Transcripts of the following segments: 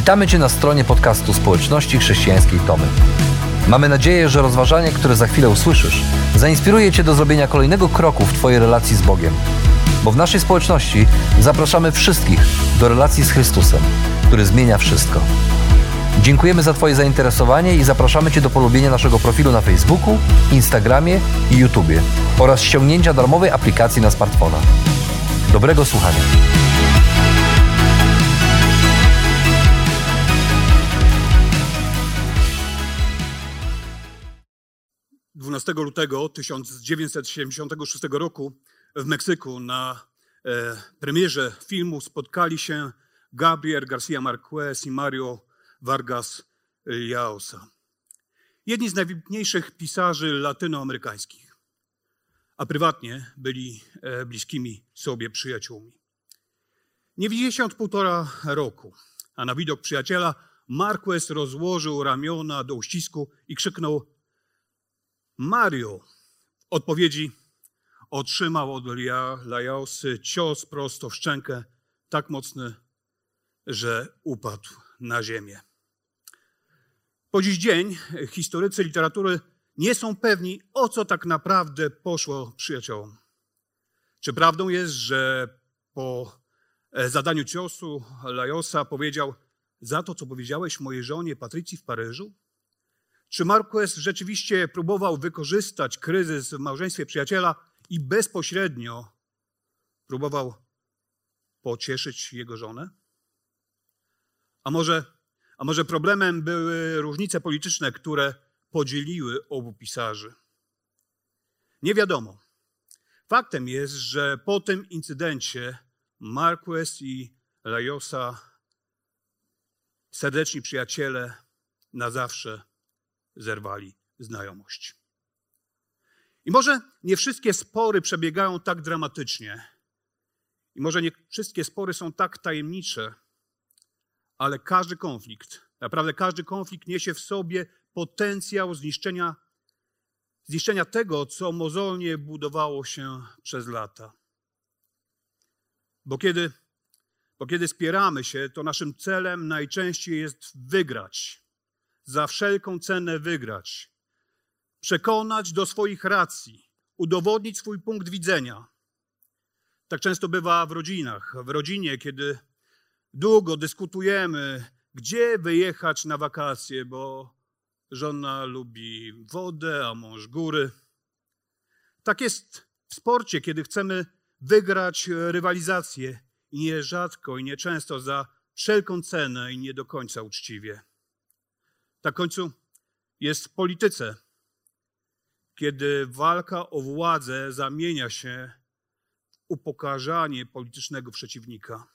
Witamy Cię na stronie podcastu Społeczności Chrześcijańskiej Tomy. Mamy nadzieję, że rozważanie, które za chwilę usłyszysz, zainspiruje Cię do zrobienia kolejnego kroku w Twojej relacji z Bogiem. Bo w naszej społeczności zapraszamy wszystkich do relacji z Chrystusem, który zmienia wszystko. Dziękujemy za Twoje zainteresowanie i zapraszamy Cię do polubienia naszego profilu na Facebooku, Instagramie i YouTubie oraz ściągnięcia darmowej aplikacji na smartfona. Dobrego słuchania. Lutego 1976 roku w Meksyku na premierze filmu spotkali się Gabriel García Márquez i Mario Vargas Llosa. Jedni z najwybitniejszych pisarzy latynoamerykańskich, a prywatnie byli bliskimi sobie przyjaciółmi. Nie widzieli się od 1,5 roku, a na widok przyjaciela Márquez rozłożył ramiona do uścisku i krzyknął: Mario! W odpowiedzi otrzymał od Llosy cios prosto w szczękę, tak mocny, że upadł na ziemię. Po dziś dzień historycy literatury nie są pewni, o co tak naprawdę poszło przyjaciołom. Czy prawdą jest, że po zadaniu ciosu Llosa powiedział: za to, co powiedziałeś mojej żonie Patrycji w Paryżu? Czy Márquez rzeczywiście próbował wykorzystać kryzys w małżeństwie przyjaciela i bezpośrednio próbował pocieszyć jego żonę? A może problemem były różnice polityczne, które podzieliły obu pisarzy? Nie wiadomo. Faktem jest, że po tym incydencie Márquez i Llosa, serdeczni przyjaciele, na zawsze zerwali znajomość. I może nie wszystkie spory przebiegają tak dramatycznie. I może nie wszystkie spory są tak tajemnicze, ale każdy konflikt, naprawdę każdy konflikt niesie w sobie potencjał zniszczenia tego, co mozolnie budowało się przez lata. Bo kiedy spieramy się, to naszym celem najczęściej jest wygrać. Za wszelką cenę wygrać. Przekonać do swoich racji. Udowodnić swój punkt widzenia. Tak często bywa w rodzinach. W rodzinie, kiedy długo dyskutujemy, gdzie wyjechać na wakacje, bo żona lubi wodę, a mąż góry. Tak jest w sporcie, kiedy chcemy wygrać rywalizację i nierzadko i nieczęsto za wszelką cenę i nie do końca uczciwie. Tak w końcu jest w polityce, kiedy walka o władzę zamienia się w upokarzanie politycznego przeciwnika.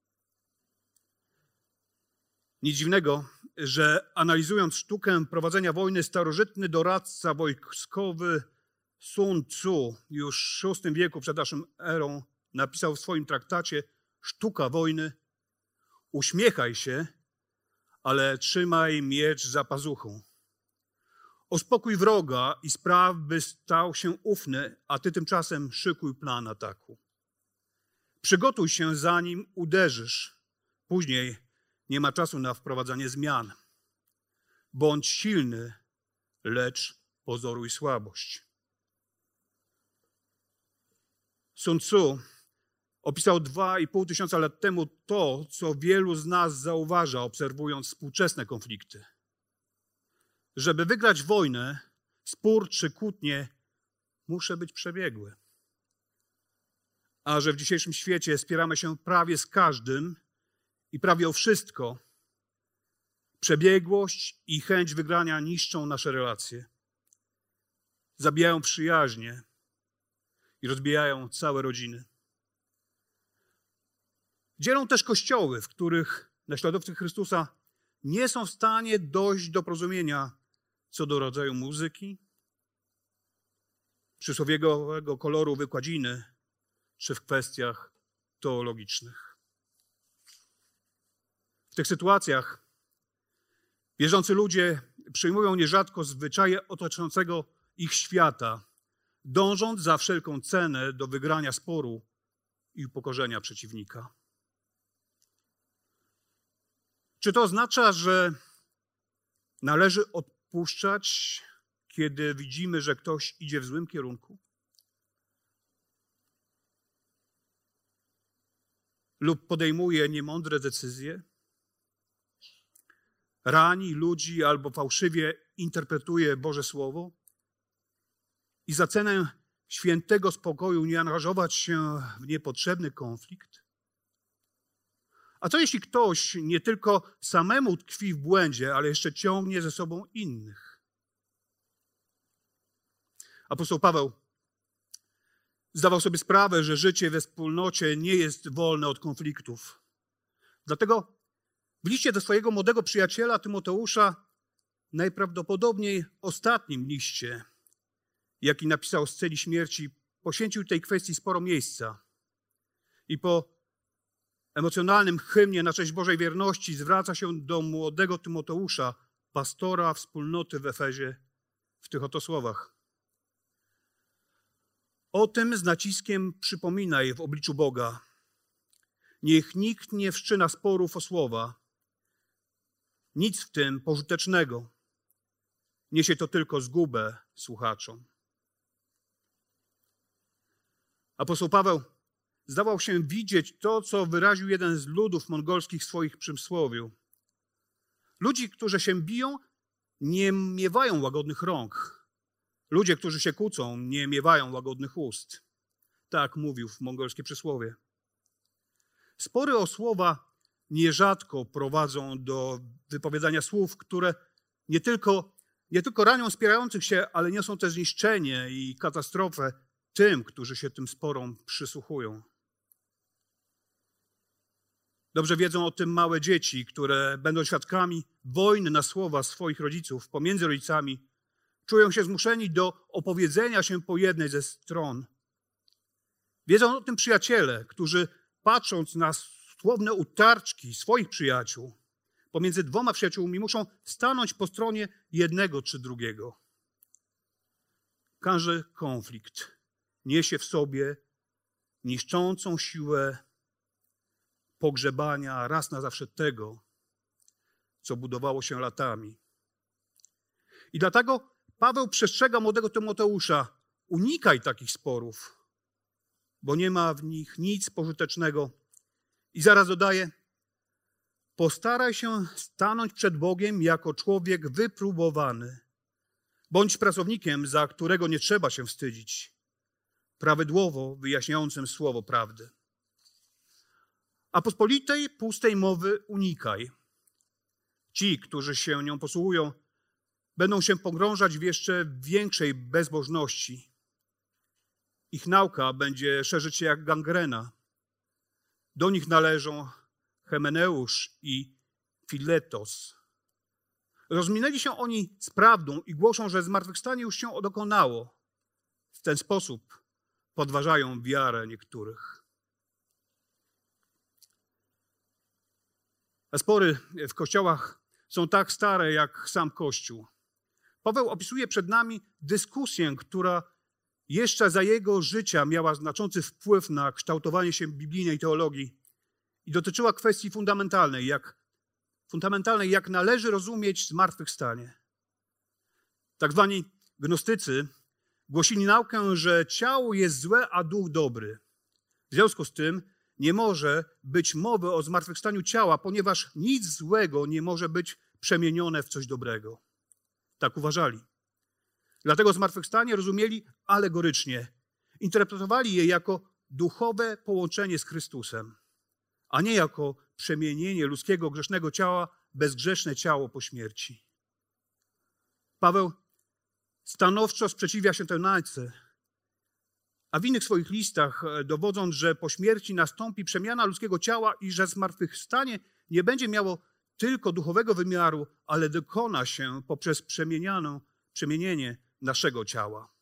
Nic dziwnego, że analizując sztukę prowadzenia wojny, starożytny doradca wojskowy Sun Tzu już w VI wieku przed naszą erą napisał w swoim traktacie Sztuka wojny: uśmiechaj się, ale trzymaj miecz za pazuchą. Uspokój wroga i spraw, by stał się ufny, a ty tymczasem szykuj plan ataku. Przygotuj się, zanim uderzysz. Później nie ma czasu na wprowadzanie zmian. Bądź silny, lecz pozoruj słabość. Sun Tzu opisał 2500 lat temu to, co wielu z nas zauważa, obserwując współczesne konflikty. Żeby wygrać wojnę, spór czy kłótnię, muszę być przebiegły. A że w dzisiejszym świecie spieramy się prawie z każdym i prawie o wszystko, przebiegłość i chęć wygrania niszczą nasze relacje. Zabijają przyjaźnie i rozbijają całe rodziny. Dzielą też kościoły, w których naśladowcy Chrystusa nie są w stanie dojść do porozumienia co do rodzaju muzyki, przysłowiowego koloru wykładziny, czy w kwestiach teologicznych. W tych sytuacjach wierzący ludzie przyjmują nierzadko zwyczaje otaczającego ich świata, dążąc za wszelką cenę do wygrania sporu i upokorzenia przeciwnika. Czy to oznacza, że należy odpuszczać, kiedy widzimy, że ktoś idzie w złym kierunku? Lub podejmuje niemądre decyzje? Rani ludzi albo fałszywie interpretuje Boże Słowo? I za cenę świętego spokoju nie angażować się w niepotrzebny konflikt? A co jeśli ktoś nie tylko samemu tkwi w błędzie, ale jeszcze ciągnie ze sobą innych? Apostoł Paweł zdawał sobie sprawę, że życie we wspólnocie nie jest wolne od konfliktów. Dlatego w liście do swojego młodego przyjaciela Tymoteusza, najprawdopodobniej ostatnim liście, jaki napisał z celi śmierci, poświęcił tej kwestii sporo miejsca. I po emocjonalnym hymnie na cześć Bożej wierności zwraca się do młodego Tymoteusza, pastora wspólnoty w Efezie, w tych oto słowach. O tym z naciskiem przypominaj w obliczu Boga. Niech nikt nie wszczyna sporów o słowa. Nic w tym pożytecznego. Niesie to tylko zgubę słuchaczom. Apostoł Paweł zdawał się widzieć to, co wyraził jeden z ludów mongolskich w swoich przysłowiu. Ludzi, którzy się biją, nie miewają łagodnych rąk. Ludzie, którzy się kłócą, nie miewają łagodnych ust. Tak mówił w mongolskie przysłowie. Spory o słowa nierzadko prowadzą do wypowiadania słów, które nie tylko ranią spierających się, ale niosą też zniszczenie i katastrofę tym, którzy się tym sporom przysłuchują. Dobrze wiedzą o tym małe dzieci, które będą świadkami wojny na słowa swoich rodziców pomiędzy rodzicami, czują się zmuszeni do opowiedzenia się po jednej ze stron. Wiedzą o tym przyjaciele, którzy patrząc na słowne utarczki swoich przyjaciół pomiędzy dwoma przyjaciółmi muszą stanąć po stronie jednego czy drugiego. Każdy konflikt niesie w sobie niszczącą siłę pogrzebania raz na zawsze tego, co budowało się latami. I dlatego Paweł przestrzega młodego Tymoteusza: unikaj takich sporów, bo nie ma w nich nic pożytecznego. I zaraz dodaje: postaraj się stanąć przed Bogiem jako człowiek wypróbowany. Bądź pracownikiem, za którego nie trzeba się wstydzić, prawidłowo wyjaśniającym słowo prawdy. A pospolitej, pustej mowy unikaj. Ci, którzy się nią posługują, będą się pogrążać w jeszcze większej bezbożności. Ich nauka będzie szerzyć się jak gangrena. Do nich należą Hymeneusz i Filetos. Rozminęli się oni z prawdą i głoszą, że zmartwychwstanie już się dokonało. W ten sposób podważają wiarę niektórych. A spory w kościołach są tak stare jak sam Kościół. Paweł opisuje przed nami dyskusję, która jeszcze za jego życia miała znaczący wpływ na kształtowanie się biblijnej teologii i dotyczyła kwestii fundamentalnej, jak należy rozumieć zmartwychwstanie. Tak zwani gnostycy głosili naukę, że ciało jest złe, a duch dobry. W związku z tym nie może być mowy o zmartwychwstaniu ciała, ponieważ nic złego nie może być przemienione w coś dobrego. Tak uważali. Dlatego zmartwychwstanie rozumieli alegorycznie. Interpretowali je jako duchowe połączenie z Chrystusem, a nie jako przemienienie ludzkiego grzesznego ciała w bezgrzeszne ciało po śmierci. Paweł stanowczo sprzeciwia się tej nauce, a w innych swoich listach dowodząc, że po śmierci nastąpi przemiana ludzkiego ciała i że zmartwychwstanie nie będzie miało tylko duchowego wymiaru, ale dokona się poprzez przemienienie naszego ciała.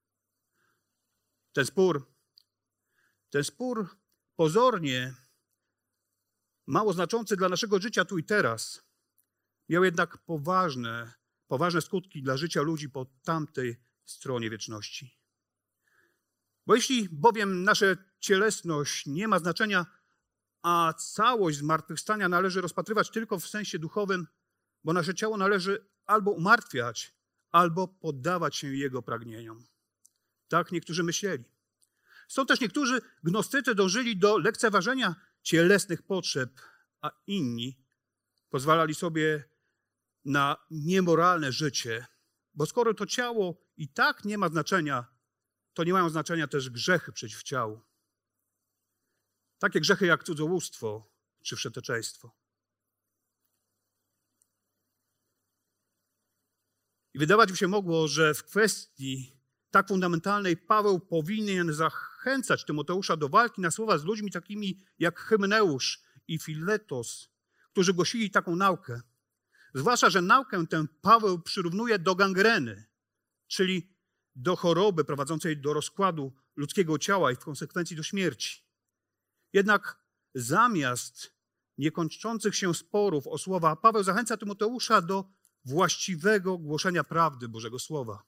Ten spór pozornie mało znaczący dla naszego życia tu i teraz, miał jednak poważne skutki dla życia ludzi po tamtej stronie wieczności. Bo jeśli bowiem nasza cielesność nie ma znaczenia, a całość zmartwychwstania należy rozpatrywać tylko w sensie duchowym, bo nasze ciało należy albo umartwiać, albo poddawać się jego pragnieniom. Tak niektórzy myśleli. Są też niektórzy gnostycy dążyli do lekceważenia cielesnych potrzeb, a inni pozwalali sobie na niemoralne życie, bo skoro to ciało i tak nie ma znaczenia, to nie mają znaczenia też grzechy przeciw ciału. Takie grzechy jak cudzołóstwo czy wszeteczeństwo. I wydawać by się mogło, że w kwestii tak fundamentalnej Paweł powinien zachęcać Tymoteusza do walki na słowa z ludźmi takimi jak Hymeneusz i Filetos, którzy głosili taką naukę. Zwłaszcza, że naukę tę Paweł przyrównuje do gangreny, czyli do choroby prowadzącej do rozkładu ludzkiego ciała i w konsekwencji do śmierci. Jednak zamiast niekończących się sporów o słowa, Paweł zachęca Tymoteusza do właściwego głoszenia prawdy Bożego Słowa.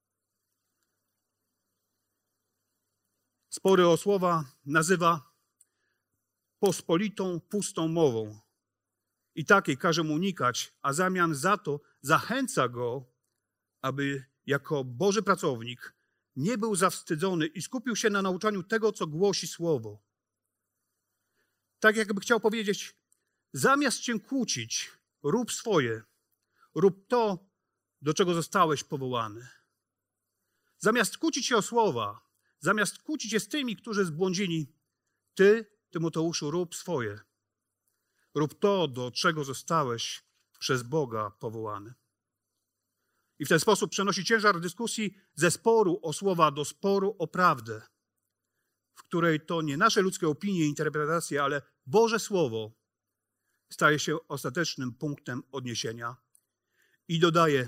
Spory o słowa nazywa pospolitą, pustą mową. I takiej każe mu unikać, a w zamian za to zachęca go, aby jako Boży pracownik nie był zawstydzony i skupił się na nauczaniu tego, co głosi Słowo. Tak jakby chciał powiedzieć, zamiast się kłócić, rób swoje, rób to, do czego zostałeś powołany. Zamiast kłócić się o słowa, zamiast kłócić się z tymi, którzy zbłądzili, ty, Tymoteuszu, rób swoje. Rób to, do czego zostałeś przez Boga powołany. I w ten sposób przenosi ciężar dyskusji ze sporu o słowa do sporu o prawdę, w której to nie nasze ludzkie opinie i interpretacje, ale Boże Słowo staje się ostatecznym punktem odniesienia. I dodaje,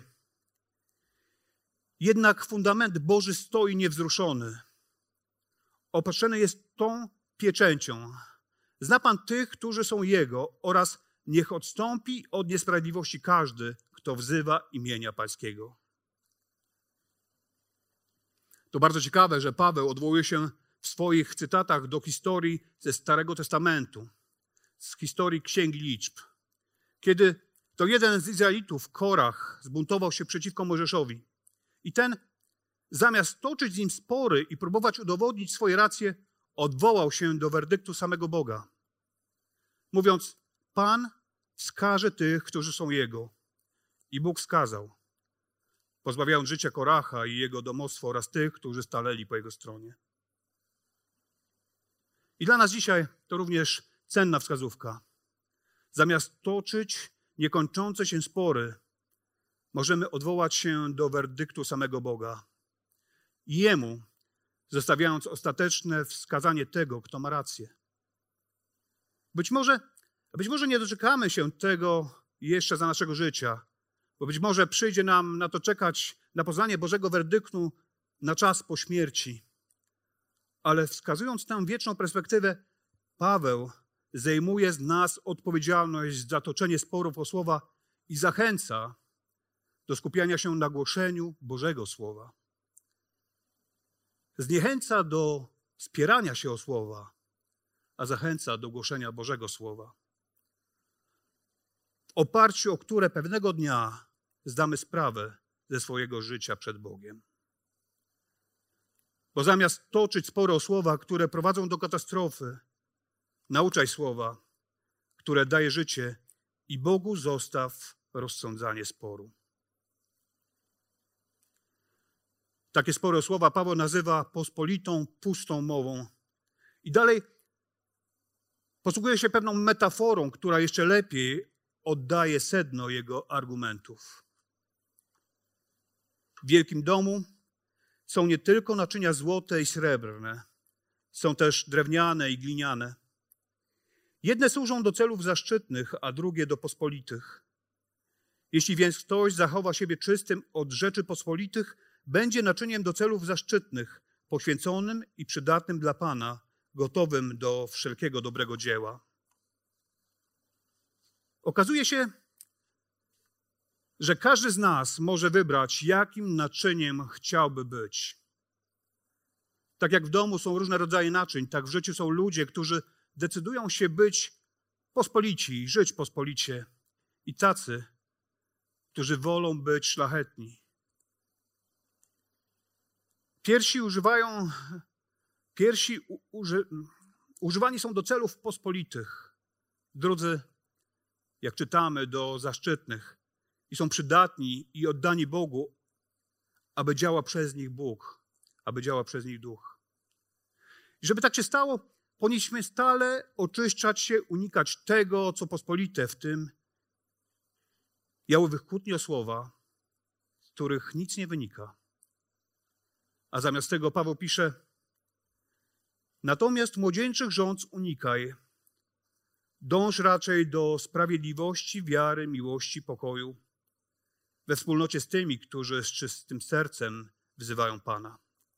jednak fundament Boży stoi niewzruszony. Opatrzony jest tą pieczęcią. Zna Pan tych, którzy są Jego oraz niech odstąpi od niesprawiedliwości każdy, kto wzywa imienia Pańskiego. To bardzo ciekawe, że Paweł odwołuje się w swoich cytatach do historii ze Starego Testamentu, z historii Księgi Liczb. Kiedy to jeden z Izraelitów, Korach, zbuntował się przeciwko Mojżeszowi i ten, zamiast toczyć z nim spory i próbować udowodnić swoje racje, odwołał się do werdyktu samego Boga, mówiąc, Pan wskaże tych, którzy są Jego. I Bóg wskazał, pozbawiając życia Koracha i jego domostwo oraz tych, którzy stanęli po jego stronie. I dla nas dzisiaj to również cenna wskazówka. Zamiast toczyć niekończące się spory, możemy odwołać się do werdyktu samego Boga i Jemu, zostawiając ostateczne wskazanie tego, kto ma rację. Być może nie doczekamy się tego jeszcze za naszego życia, bo być może przyjdzie nam na to czekać na poznanie Bożego werdyktu na czas po śmierci. Ale wskazując tę wieczną perspektywę, Paweł zdejmuje z nas odpowiedzialność za toczenie sporów o słowa i zachęca do skupiania się na głoszeniu Bożego Słowa. Zniechęca do spierania się o słowa, a zachęca do głoszenia Bożego Słowa, w oparciu o które pewnego dnia zdamy sprawę ze swojego życia przed Bogiem. Bo zamiast toczyć spory o słowa, które prowadzą do katastrofy, nauczaj słowa, które daje życie i Bogu zostaw rozsądzanie sporu. Takie spory o słowa Paweł nazywa pospolitą, pustą mową. I dalej posługuje się pewną metaforą, która jeszcze lepiej oddaje sedno jego argumentów. W wielkim domu są nie tylko naczynia złote i srebrne, są też drewniane i gliniane. Jedne służą do celów zaszczytnych, a drugie do pospolitych. Jeśli więc ktoś zachowa siebie czystym od rzeczy pospolitych, będzie naczyniem do celów zaszczytnych, poświęconym i przydatnym dla Pana, gotowym do wszelkiego dobrego dzieła. Okazuje się, że każdy z nas może wybrać, jakim naczyniem chciałby być. Tak jak w domu są różne rodzaje naczyń, tak w życiu są ludzie, którzy decydują się być pospolici, żyć pospolicie, i tacy, którzy wolą być szlachetni. Używani są do celów pospolitych, drudzy, jak czytamy, do zaszczytnych i są przydatni i oddani Bogu, aby działał przez nich Bóg, aby działał przez nich Duch. I żeby tak się stało, powinniśmy stale oczyszczać się, unikać tego, co pospolite, w tym jałowych kłótni o słowa, z których nic nie wynika. A zamiast tego Paweł pisze: natomiast młodzieńczych żądz unikaj. Dąż raczej do sprawiedliwości, wiary, miłości, pokoju, we wspólnocie z tymi, którzy z czystym sercem wzywają Pana.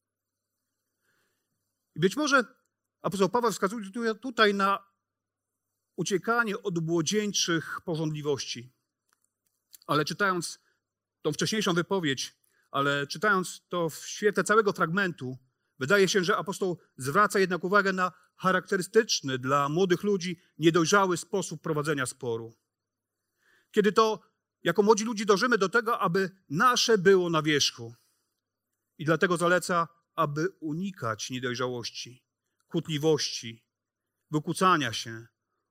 I być może apostoł Paweł wskazuje tutaj na uciekanie od młodzieńczych pożądliwości. Ale czytając tą wcześniejszą wypowiedź, ale czytając to w świetle całego fragmentu, wydaje się, że apostoł zwraca jednak uwagę na charakterystyczny dla młodych ludzi niedojrzały sposób prowadzenia sporu. Kiedy to jako młodzi ludzie dążymy do tego, aby nasze było na wierzchu. I dlatego zaleca, aby unikać niedojrzałości, kłótliwości, wykłócania się,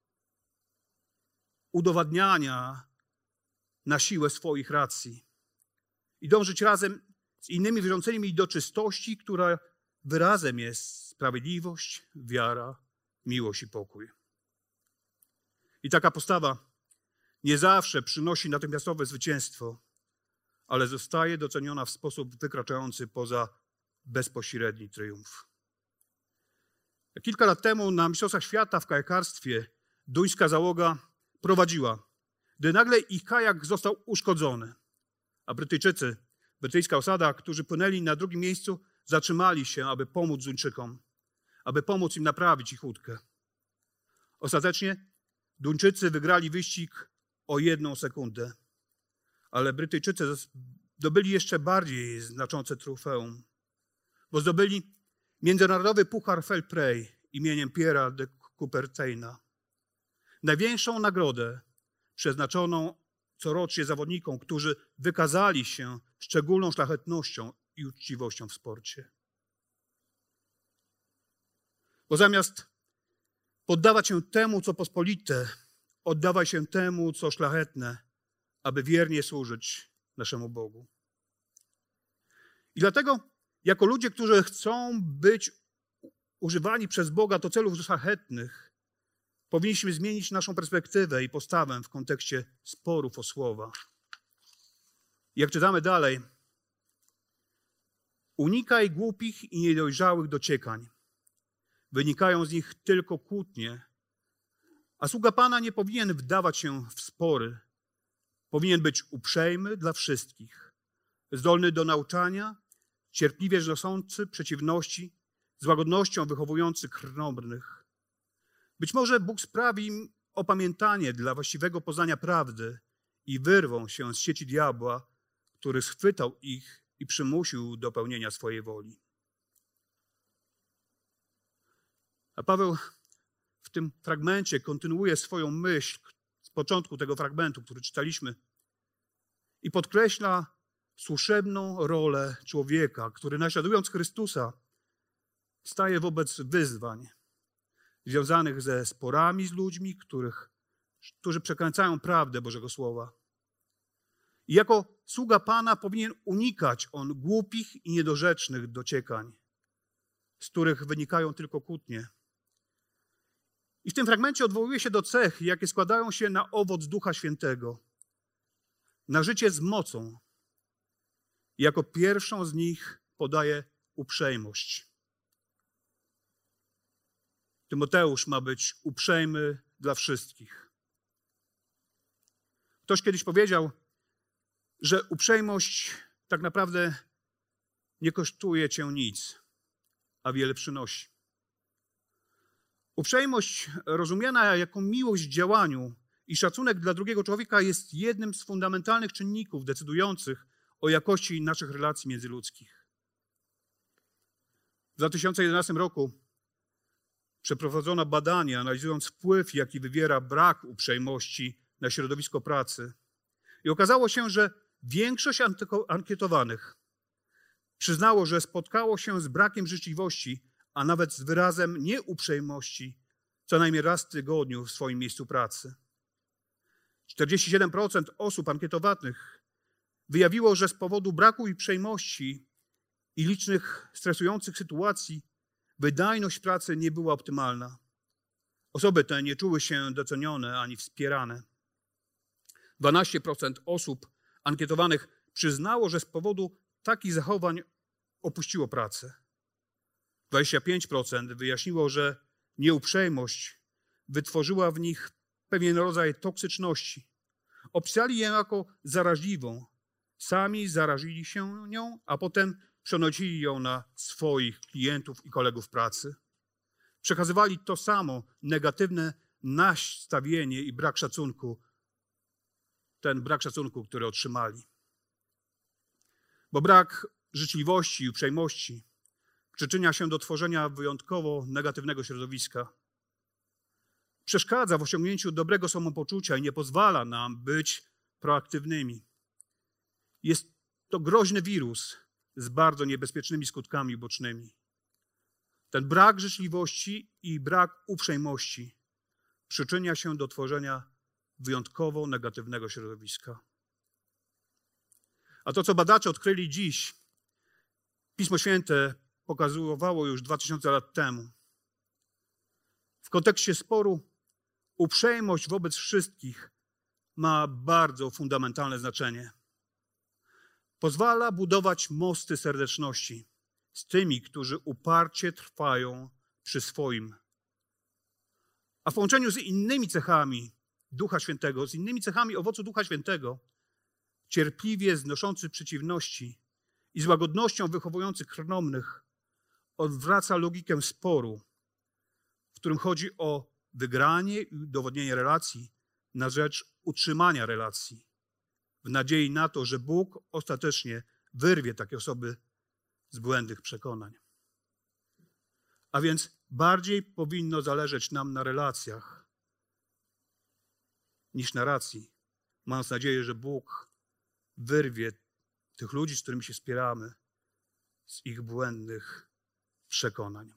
udowadniania na siłę swoich racji i dążyć razem z innymi wierzącymi do czystości, która wyrazem jest sprawiedliwość, wiara, miłość i pokój. I taka postawa nie zawsze przynosi natychmiastowe zwycięstwo, ale zostaje doceniona w sposób wykraczający poza bezpośredni triumf. Kilka lat temu na Mistrzostwach Świata w kajakarstwie duńska załoga prowadziła, gdy nagle ich kajak został uszkodzony, a brytyjska osada, którzy płynęli na drugim miejscu, zatrzymali się, aby pomóc Duńczykom, aby pomóc im naprawić ich łódkę. Ostatecznie Duńczycy wygrali wyścig o 1 sekundę, ale Brytyjczycy zdobyli jeszcze bardziej znaczące trofeum, bo zdobyli międzynarodowy puchar Fair Play imieniem Pierre'a de Coubertina. Największą nagrodę przeznaczoną corocznie zawodnikom, którzy wykazali się szczególną szlachetnością i uczciwością w sporcie. Bo zamiast poddawać się temu, co pospolite, oddawaj się temu, co szlachetne, aby wiernie służyć naszemu Bogu. I dlatego, jako ludzie, którzy chcą być używani przez Boga do celów szlachetnych, powinniśmy zmienić naszą perspektywę i postawę w kontekście sporów o słowa. Jak czytamy dalej, unikaj głupich i niedojrzałych dociekań. Wynikają z nich tylko kłótnie, a sługa Pana nie powinien wdawać się w spory. Powinien być uprzejmy dla wszystkich, zdolny do nauczania, cierpliwie znoszący przeciwności, z łagodnością wychowujący krnąbrnych. Być może Bóg sprawi im opamiętanie dla właściwego poznania prawdy i wyrwą się z sieci diabła, który schwytał ich i przymusił do pełnienia swojej woli. A Paweł w tym fragmencie kontynuuje swoją myśl z początku tego fragmentu, który czytaliśmy, i podkreśla słuszebną rolę człowieka, który naśladując Chrystusa staje wobec wyzwań związanych ze sporami z ludźmi, którzy przekręcają prawdę Bożego Słowa. I jako sługa Pana powinien unikać on głupich i niedorzecznych dociekań, z których wynikają tylko kłótnie. I w tym fragmencie odwołuje się do cech, jakie składają się na owoc Ducha Świętego, na życie z mocą. I jako pierwszą z nich podaje uprzejmość. Tymoteusz ma być uprzejmy dla wszystkich. Ktoś kiedyś powiedział, że uprzejmość tak naprawdę nie kosztuje cię nic, a wiele przynosi. Uprzejmość rozumiana jako miłość w działaniu i szacunek dla drugiego człowieka jest jednym z fundamentalnych czynników decydujących o jakości naszych relacji międzyludzkich. W 2011 roku Przeprowadzono badania, analizując wpływ, jaki wywiera brak uprzejmości na środowisko pracy. I okazało się, że większość ankietowanych przyznało, że spotkało się z brakiem życzliwości, a nawet z wyrazem nieuprzejmości co najmniej raz w tygodniu w swoim miejscu pracy. 47% osób ankietowanych wyjawiło, że z powodu braku uprzejmości i licznych stresujących sytuacji wydajność pracy nie była optymalna. Osoby te nie czuły się docenione ani wspierane. 12% osób ankietowanych przyznało, że z powodu takich zachowań opuściło pracę. 25% wyjaśniło, że nieuprzejmość wytworzyła w nich pewien rodzaj toksyczności. Opisali ją jako zaraźliwą. Sami zarazili się nią, a potem przenosili ją na swoich klientów i kolegów pracy. Przekazywali to samo negatywne nastawienie i brak szacunku, ten brak szacunku, który otrzymali. Bo brak życzliwości i uprzejmości przyczynia się do tworzenia wyjątkowo negatywnego środowiska. Przeszkadza w osiągnięciu dobrego samopoczucia i nie pozwala nam być proaktywnymi. Jest to groźny wirus z bardzo niebezpiecznymi skutkami ubocznymi. Ten brak życzliwości i brak uprzejmości przyczynia się do tworzenia wyjątkowo negatywnego środowiska. A to, co badacze odkryli dziś, Pismo Święte pokazywało już 2000 lat temu. W kontekście sporu uprzejmość wobec wszystkich ma bardzo fundamentalne znaczenie. Pozwala budować mosty serdeczności z tymi, którzy uparcie trwają przy swoim. A w połączeniu z innymi cechami Ducha Świętego, z innymi cechami owocu Ducha Świętego, cierpliwie znoszący przeciwności i z łagodnością wychowujący krnąbrnych, odwraca logikę sporu, w którym chodzi o wygranie i udowodnienie relacji na rzecz utrzymania relacji, w nadziei na to, że Bóg ostatecznie wyrwie takie osoby z błędnych przekonań. A więc bardziej powinno zależeć nam na relacjach niż na racji, mając nadzieję, że Bóg wyrwie tych ludzi, z którymi się wspieramy, z ich błędnych przekonań.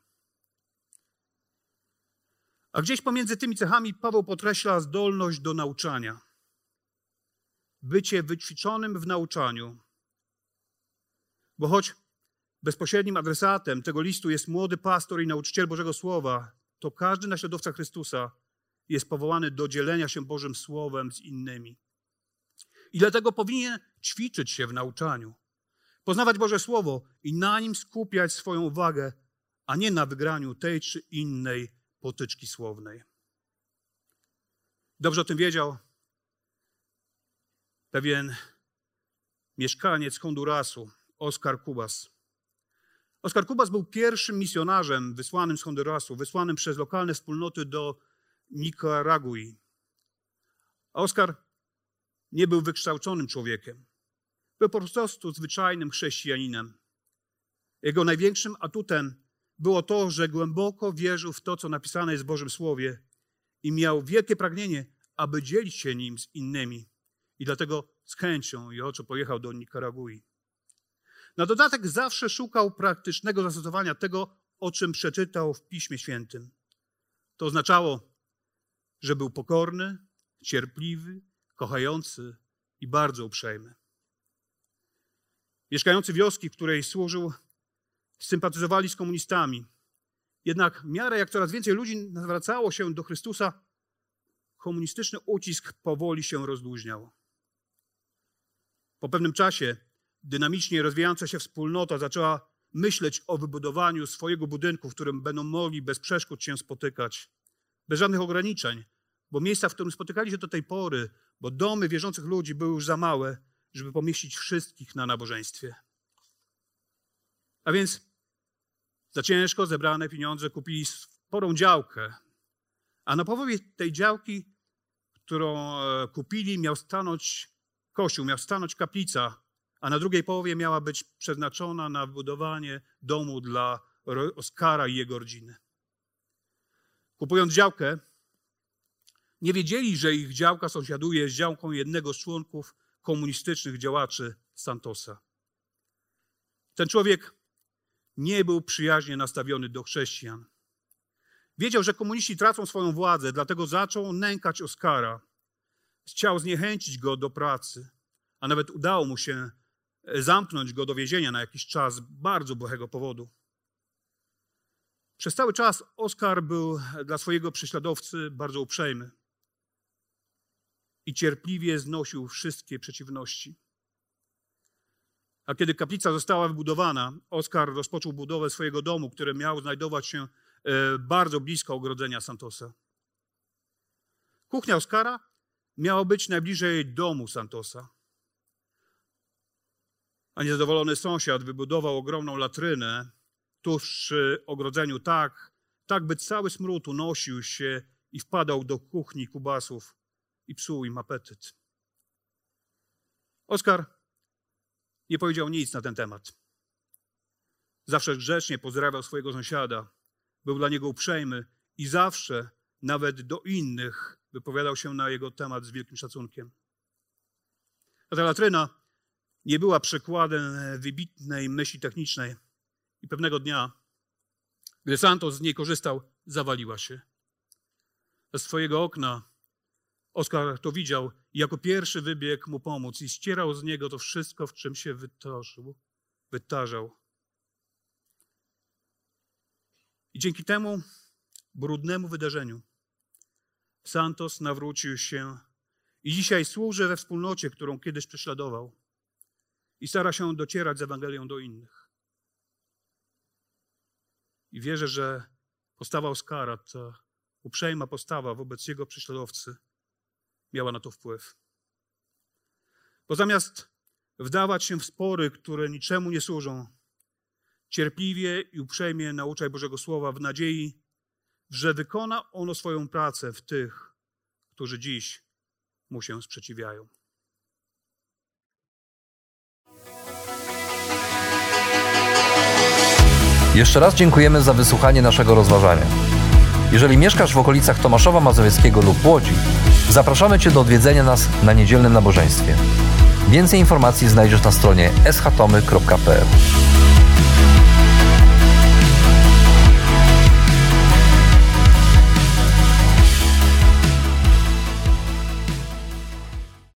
A gdzieś pomiędzy tymi cechami Paweł podkreśla zdolność do nauczania. Bycie wyćwiczonym w nauczaniu. Bo choć bezpośrednim adresatem tego listu jest młody pastor i nauczyciel Bożego Słowa, to każdy naśladowca Chrystusa jest powołany do dzielenia się Bożym Słowem z innymi. I dlatego powinien ćwiczyć się w nauczaniu, poznawać Boże Słowo i na nim skupiać swoją uwagę, a nie na wygraniu tej czy innej potyczki słownej. Dobrze o tym wiedział pewien mieszkaniec Hondurasu, Oscar Cubas. Oscar Cubas był pierwszym misjonarzem wysłanym z Hondurasu, wysłanym przez lokalne wspólnoty do Nikaragui. A Oscar nie był wykształconym człowiekiem. Był po prostu zwyczajnym chrześcijaninem. Jego największym atutem było to, że głęboko wierzył w to, co napisane jest w Bożym Słowie i miał wielkie pragnienie, aby dzielić się nim z innymi. I dlatego z chęcią i ochoczo pojechał do Nikaragui. Na dodatek zawsze szukał praktycznego zastosowania tego, o czym przeczytał w Piśmie Świętym. To oznaczało, że był pokorny, cierpliwy, kochający i bardzo uprzejmy. Mieszkający wioski, w której służył, sympatyzowali z komunistami. Jednak w miarę jak coraz więcej ludzi zwracało się do Chrystusa, komunistyczny ucisk powoli się rozluźniał. Po pewnym czasie dynamicznie rozwijająca się wspólnota zaczęła myśleć o wybudowaniu swojego budynku, w którym będą mogli bez przeszkód się spotykać, bez żadnych ograniczeń, bo miejsca, w którym spotykali się do tej pory, bo domy wierzących ludzi były już za małe, żeby pomieścić wszystkich na nabożeństwie. A więc za ciężko zebrane pieniądze kupili sporą działkę, a na połowie tej działki, którą kupili, miał stanąć kościół, miała stanąć kaplica, a na drugiej połowie miała być przeznaczona na budowanie domu dla Oskara i jego rodziny. Kupując działkę, nie wiedzieli, że ich działka sąsiaduje z działką jednego z członków komunistycznych działaczy Santosa. Ten człowiek nie był przyjaźnie nastawiony do chrześcijan. Wiedział, że komuniści tracą swoją władzę, dlatego zaczął nękać Oskara. Chciał zniechęcić go do pracy, a nawet udało mu się zamknąć go do więzienia na jakiś czas z bardzo błahego powodu. Przez cały czas Oskar był dla swojego prześladowcy bardzo uprzejmy i cierpliwie znosił wszystkie przeciwności. A kiedy kaplica została wybudowana, Oskar rozpoczął budowę swojego domu, który miał znajdować się bardzo blisko ogrodzenia Santosa. Kuchnia Oskara miała być najbliżej domu Santosa. A niezadowolony sąsiad wybudował ogromną latrynę tuż przy ogrodzeniu tak by cały smród unosił się i wpadał do kuchni kubasów i psuł im apetyt. Oskar nie powiedział nic na ten temat. Zawsze grzecznie pozdrawiał swojego sąsiada, był dla niego uprzejmy i zawsze, nawet do innych, wypowiadał się na jego temat z wielkim szacunkiem. A ta latryna nie była przykładem wybitnej myśli technicznej i pewnego dnia, gdy Santos z niej korzystał, zawaliła się. Z swojego okna Oskar to widział i jako pierwszy wybiegł mu pomóc i ścierał z niego to wszystko, w czym się wytarzał. I dzięki temu brudnemu wydarzeniu Santos nawrócił się i dzisiaj służy we wspólnocie, którą kiedyś prześladował i stara się docierać z Ewangelią do innych. I wierzę, że postawa Oskara, ta uprzejma postawa wobec jego prześladowcy miała na to wpływ. Bo zamiast wdawać się w spory, które niczemu nie służą, cierpliwie i uprzejmie nauczaj Bożego Słowa w nadziei, że wykona ono swoją pracę w tych, którzy dziś mu się sprzeciwiają. Jeszcze raz dziękujemy za wysłuchanie naszego rozważania. Jeżeli mieszkasz w okolicach Tomaszowa Mazowieckiego lub Łodzi, zapraszamy Cię do odwiedzenia nas na niedzielnym nabożeństwie. Więcej informacji znajdziesz na stronie schatomy.pl.